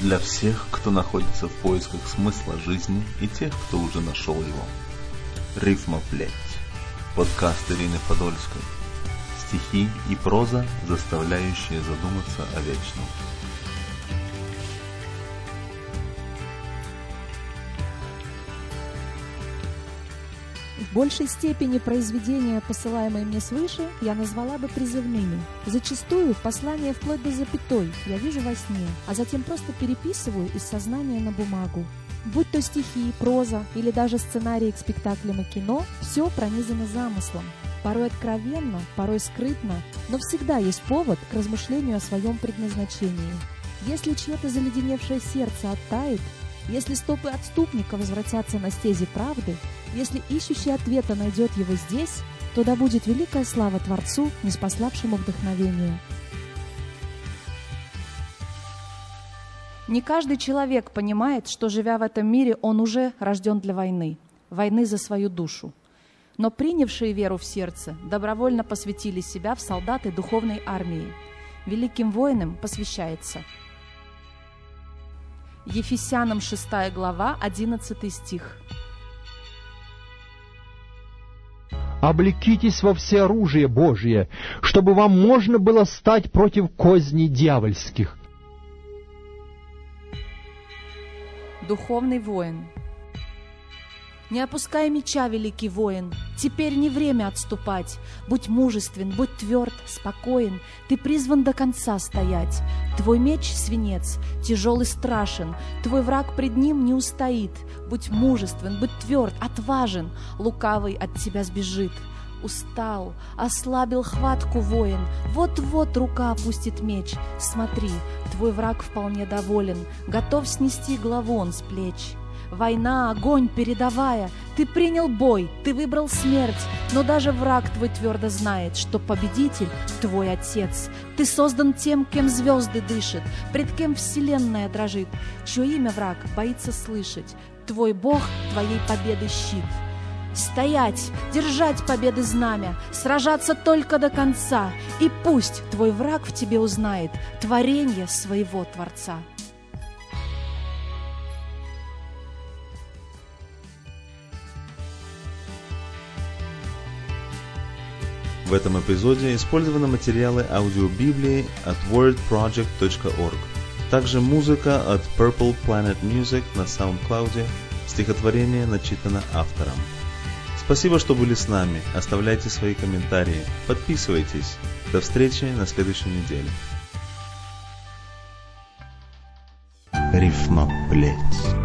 Для всех, кто находится в поисках смысла жизни и тех, кто уже нашел его. Рифмоплеть. Подкаст Ирины Подольской. Стихи и проза, заставляющие задуматься о вечном. В большей степени произведения, посылаемые мне свыше, я назвала бы призывными. Зачастую послания вплоть до запятой я вижу во сне, а затем просто переписываю из сознания на бумагу. Будь то стихи, проза или даже сценарии к спектаклям и кино, все пронизано замыслом. Порой откровенно, порой скрытно, но всегда есть повод к размышлению о своем предназначении. Если чье-то заледеневшее сердце оттает, если стопы отступника возвратятся на стези правды, если ищущий ответа найдет его здесь, то да будет великая слава Творцу, ниспославшему вдохновение. Не каждый человек понимает, что, живя в этом мире, он уже рожден для войны за свою душу. Но принявшие веру в сердце добровольно посвятили себя в солдаты духовной армии. Великим воинам посвящается. Ефесянам 6 глава, 11 стих. «Облекитесь во всеоружие Божие, чтобы вам можно было стать против козней дьявольских». Духовный воин. Не опускай меча, великий воин, теперь не время отступать. Будь мужествен, будь тверд, спокоен, ты призван до конца стоять. Твой меч — свинец, тяжелый, страшен, твой враг пред ним не устоит. Будь мужествен, будь тверд, отважен, лукавый от тебя сбежит. Устал, ослабил хватку воин, вот-вот рука опустит меч. Смотри, твой враг вполне доволен, готов снести главу он с плеч. Война, огонь, передовая, ты принял бой, ты выбрал смерть, но даже враг твой твердо знает, что победитель твой отец. Ты создан тем, кем звезды дышат, пред кем вселенная дрожит, чье имя враг боится слышать. Твой Бог твоей победы щит. Стоять, держать победы знамя, сражаться только до конца, и пусть твой враг в тебе узнает творение своего Творца. В этом эпизоде использованы материалы аудиобиблии от wordproject.org. Также музыка от Purple Planet Music на SoundCloud. Стихотворение начитано автором. Спасибо, что были с нами. Оставляйте свои комментарии. Подписывайтесь. До встречи на следующей неделе. Рифмоплеть.